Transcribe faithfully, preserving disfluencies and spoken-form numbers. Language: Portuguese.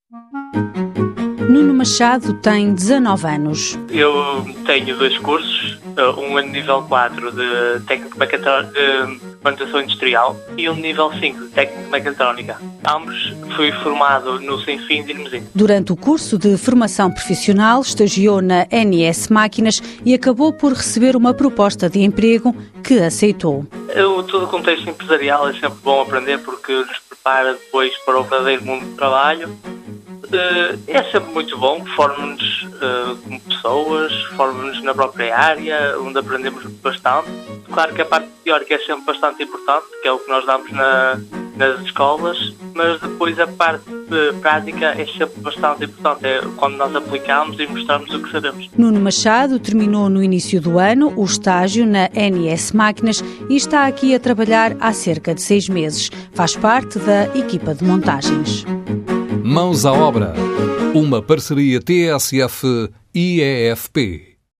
Nuno Machado tem dezanove anos. Eu tenho dois cursos, um a nível quatro de técnico mecatrónica, de manutenção industrial, e um nível cinco de técnico mecatrónica. Ambos fui formado no Sinfim de Irmesinde. Durante o curso de formação profissional, estagiou na N S Máquinas e acabou por receber uma proposta de emprego que aceitou. Eu, todo o contexto empresarial é sempre bom aprender porque nos prepara depois para o verdadeiro mundo do trabalho. É sempre muito bom, forma-nos uh, como pessoas, forma-nos na própria área, onde aprendemos bastante. Claro que a parte teórica é sempre bastante importante, que é o que nós damos na, nas escolas, mas depois a parte uh, prática é sempre bastante importante, é quando nós aplicamos e mostramos o que sabemos. Nuno Machado terminou no início do ano o estágio na N S Máquinas e está aqui a trabalhar há cerca de seis meses. Faz parte da equipa de montagens. Mãos à obra. Uma parceria T S F e I E F P.